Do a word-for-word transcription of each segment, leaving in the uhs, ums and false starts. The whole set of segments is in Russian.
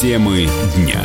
Темы дня.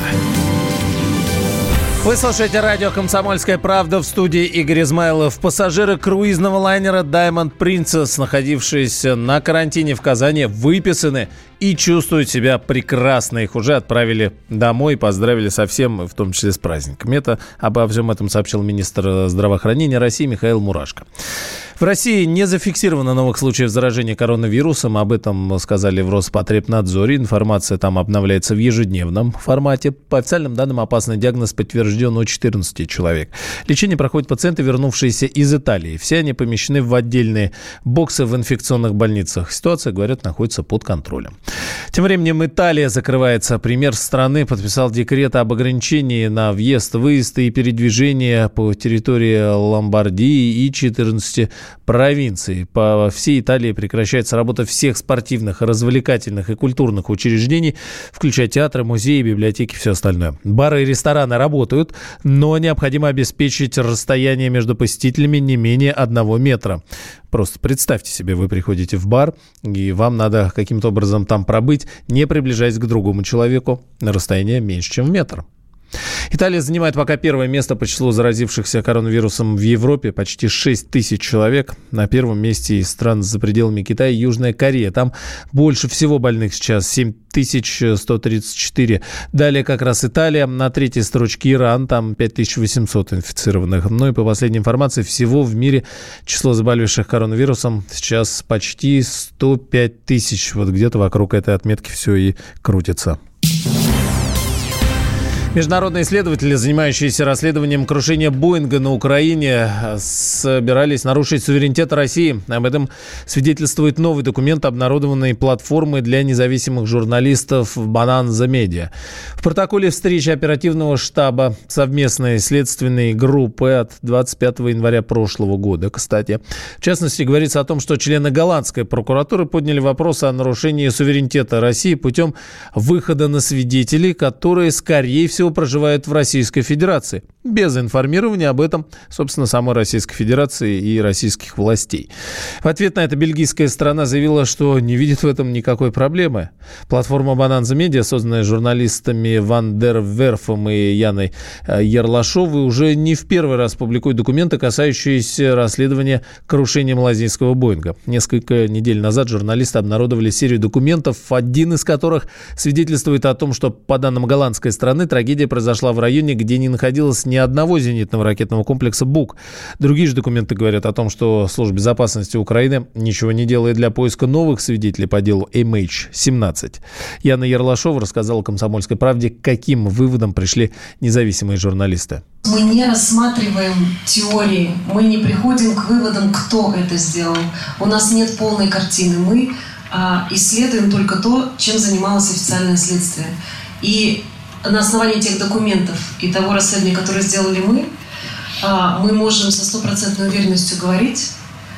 Вы слушаете радио «Комсомольская правда», в студии Игорь Измайлов. Пассажиры круизного лайнера Diamond Princess, находившиеся на карантине в Казани, выписаны и чувствуют себя прекрасно. Их уже отправили домой, поздравили со всем, в том числе с праздником. Это, обо всем этом сообщил министр здравоохранения России Михаил Мурашко. В России не зафиксировано новых случаев заражения коронавирусом. Об этом сказали в Роспотребнадзоре. Информация там обновляется в ежедневном формате. По официальным данным, опасный диагноз подтвержден у четырнадцати человек. Лечение проходят пациенты, вернувшиеся из Италии. Все они помещены в отдельные боксы в инфекционных больницах. Ситуация, говорят, находится под контролем. Тем временем Италия закрывается. Премьер страны подписал декрет об ограничении на въезд, выезд и передвижение по территории Ломбардии и четырнадцати провинций. По всей Италии прекращается работа всех спортивных, развлекательных и культурных учреждений, включая театры, музеи, библиотеки и все остальное. Бары и рестораны работают, но необходимо обеспечить расстояние между посетителями не менее одного метра. Просто представьте себе, вы приходите в бар, и вам надо каким-то образом там пробыть, не приближаясь к другому человеку на расстояние меньше, чем в метр. Италия занимает пока первое место по числу заразившихся коронавирусом в Европе. Почти шесть тысяч человек. На первом месте из стран за пределами Китая Южная Корея. Там больше всего больных сейчас, семь тысяч сто тридцать четыре. Далее как раз Италия. На третьей строчке Иран. Там пять тысяч восемьсот инфицированных. Ну и по последней информации, всего в мире число заболевших коронавирусом сейчас почти сто пять тысяч. Вот где-то вокруг этой отметки все и крутится. Международные исследователи, занимающиеся расследованием крушения Боинга на Украине, собирались нарушить суверенитет России. Об этом свидетельствует новый документ, обнародованный платформой для независимых журналистов «Bonanza Media». В протоколе встречи оперативного штаба совместной следственной группы от двадцать пятого января прошлого года, кстати, в частности, говорится о том, что члены голландской прокуратуры подняли вопрос о нарушении суверенитета России путем выхода на свидетелей, которые, скорее всего, проживают в Российской Федерации, без информирования об этом, собственно, самой Российской Федерации и российских властей. В ответ на это бельгийская сторона заявила, что не видит в этом никакой проблемы. Платформа Bonanza Media, созданная журналистами Ван дер Верфом и Яной Ерлашовой, уже не в первый раз публикует документы, касающиеся расследования крушения малазийского Боинга. Несколько недель назад журналисты обнародовали серию документов, один из которых свидетельствует о том, что, по данным голландской стороны, трагедия произошла в районе, где не находилось ни одного зенитного ракетного комплекса «Бук». Другие же документы говорят о том, что Служба безопасности Украины ничего не делает для поиска новых свидетелей по делу эм эйч семнадцать. Яна Ерлашова рассказала «Комсомольской правде», к каким выводам пришли независимые журналисты. Мы не рассматриваем теории, мы не приходим к выводам, кто это сделал. У нас нет полной картины. Мы а, исследуем только то, чем занималось официальное следствие. И на основании тех документов и того расследования, которое сделали мы, мы можем со стопроцентной уверенностью говорить,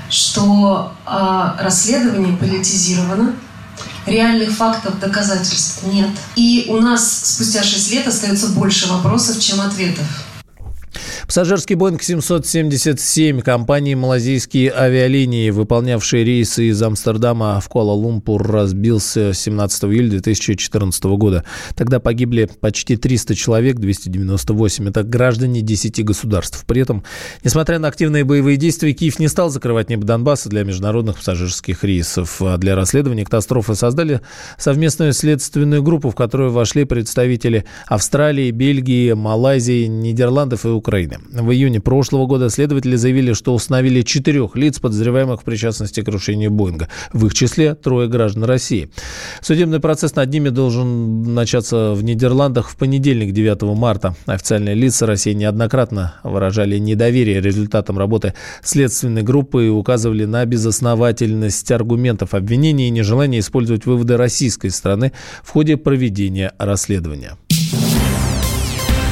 что расследование политизировано, реальных фактов, доказательств нет. И у нас спустя шесть лет остается больше вопросов, чем ответов. Пассажирский Боинг семьсот семьдесят семь компании «Малайзийские авиалинии», выполнявшие рейсы из Амстердама в Куала-Лумпур, разбился семнадцатого июля две тысячи четырнадцатого года. Тогда погибли почти триста человек, двести девяносто восемь. Это граждане десяти государств. При этом, несмотря на активные боевые действия, Киев не стал закрывать небо Донбасса для международных пассажирских рейсов. А для расследования катастрофы создали совместную следственную группу, в которую вошли представители Австралии, Бельгии, Малайзии, Нидерландов и Украины. В июне прошлого года следователи заявили, что установили четырех лиц, подозреваемых в причастности к крушению Боинга. В их числе трое граждан России. Судебный процесс над ними должен начаться в Нидерландах в понедельник, девятого марта. Официальные лица России неоднократно выражали недоверие результатам работы следственной группы и указывали на безосновательность аргументов обвинения и нежелание использовать выводы российской стороны в ходе проведения расследования.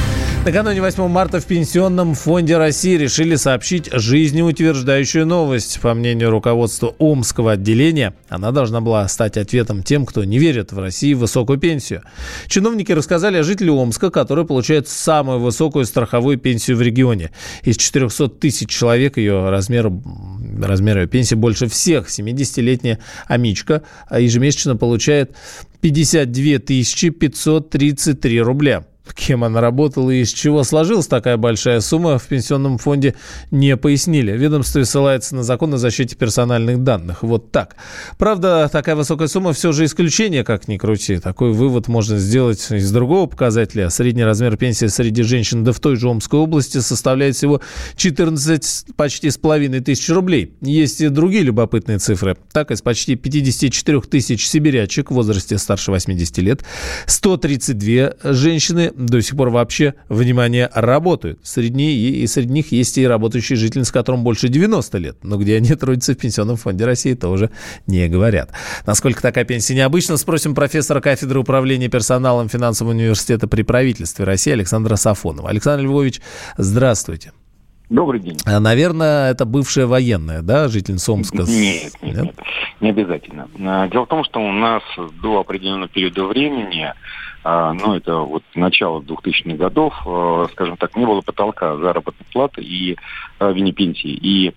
Накануне восьмого марта в Пенсионном фонде России решили сообщить жизнеутверждающую новость. По мнению руководства Омского отделения, она должна была стать ответом тем, кто не верит в России в высокую пенсию. Чиновники рассказали о жителе Омска, который получает самую высокую страховую пенсию в регионе. Из четырехсот тысяч человек ее размер, размер ее пенсии больше всех. семидесятилетняя Амичка ежемесячно получает пятьдесят две тысячи пятьсот тридцать три рубля. Кем она работала и из чего сложилась такая большая сумма, в Пенсионном фонде не пояснили. Ведомство ссылается на закон о защите персональных данных. Вот так. Правда, такая высокая сумма все же исключение, как ни крути. Такой вывод можно сделать из другого показателя. Средний размер пенсии среди женщин, да в той же Омской области, составляет всего четырнадцать почти с половиной тысяч рублей. Есть и другие любопытные цифры. Так, из почти пятьдесят четыре тысяч сибирячек в возрасте старше восьмидесяти лет, сто тридцать две женщины до сих пор вообще, внимание, работают. Среди, и среди них есть и работающие жители, с которым больше девяноста лет. Но где они трудятся в Пенсионном фонде России, тоже не говорят. Насколько такая пенсия необычна, спросим профессора кафедры управления персоналом Финансового университета при правительстве России Александра Сафонова. Александр Львович, здравствуйте. Добрый день. Наверное, это бывшая военная, да, жительница Омска? Нет, нет, нет, не обязательно. Дело в том, что у нас до определенного периода времени, ну, это вот начало двухтысячных годов, скажем так, не было потолка заработной платы и вне пенсии. И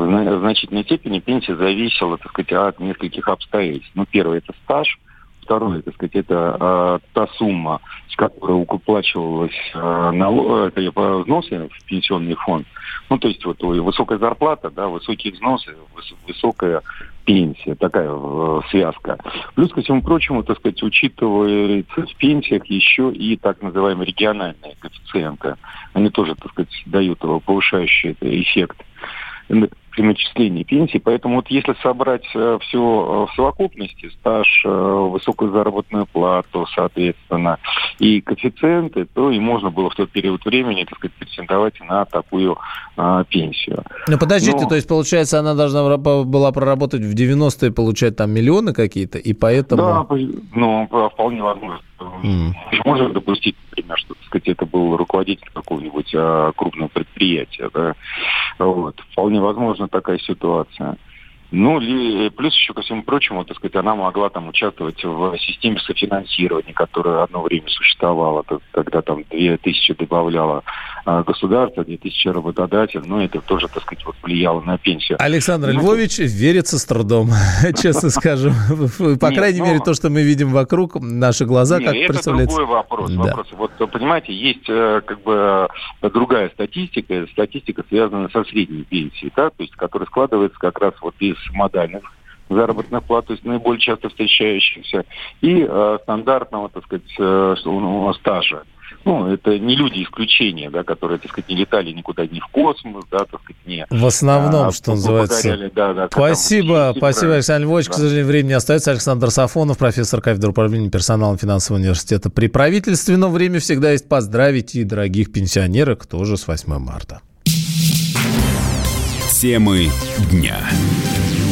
в значительной степени пенсия зависела, так сказать, от нескольких обстоятельств. Ну, первое – это стаж. Второе, так сказать, это э, та сумма, с которой уплачивалась э, налог, это, взносы в пенсионный фонд. Ну, то есть вот высокая зарплата, да, высокие взносы, выс- высокая пенсия, такая э, связка. Плюс, ко всему прочему, так сказать, учитывается в пенсиях еще и так называемые региональные коэффициенты. Они тоже, так сказать, дают повышающий эффект при начислении пенсии. Поэтому вот если собрать э, все в совокупности, стаж, э, высокую заработную плату, соответственно, и коэффициенты, то и можно было в тот период времени, так сказать, претендовать на такую э, пенсию. Ну, подождите, Но... то есть, получается, она должна была проработать в девяностые, получать там миллионы какие-то, и поэтому... Да, ну, вполне возможно. Mm. Можно допустить, например, что, так сказать, это был руководитель какого-нибудь а, крупного предприятия, да, вот, вполне возможно такая ситуация. Ну, ли, плюс еще ко всему прочему, так сказать, она могла там участвовать в системе софинансирования, которая одно время существовала, когда там две тысячи добавляло а, государство, две тысячи работодатель, но это тоже, так сказать, вот влияло на пенсию. Александр ну, Львович верится с трудом, честно скажем. По крайней мере, то, что мы видим вокруг, наши глаза, как представляется. Это другой вопрос. Вот, понимаете, есть как бы другая статистика, статистика связана со средней пенсией, да, то есть, которая складывается как раз вот из модальных заработных плат, то есть наиболее часто встречающихся, и э, стандартного, так сказать, э, стажа. Ну, это не люди исключения, да, которые, так сказать, не летали никуда, ни в космос, да, так сказать, не... В основном, а, что называется. Да, да, спасибо, спасибо, Александр Львович. Да. К сожалению, времени не остается. Александр Сафонов, профессор кафедры управления персоналом Финансового университета при правительстве. Но время всегда есть поздравить и дорогих пенсионерок тоже с восьмого марта. Темы дня.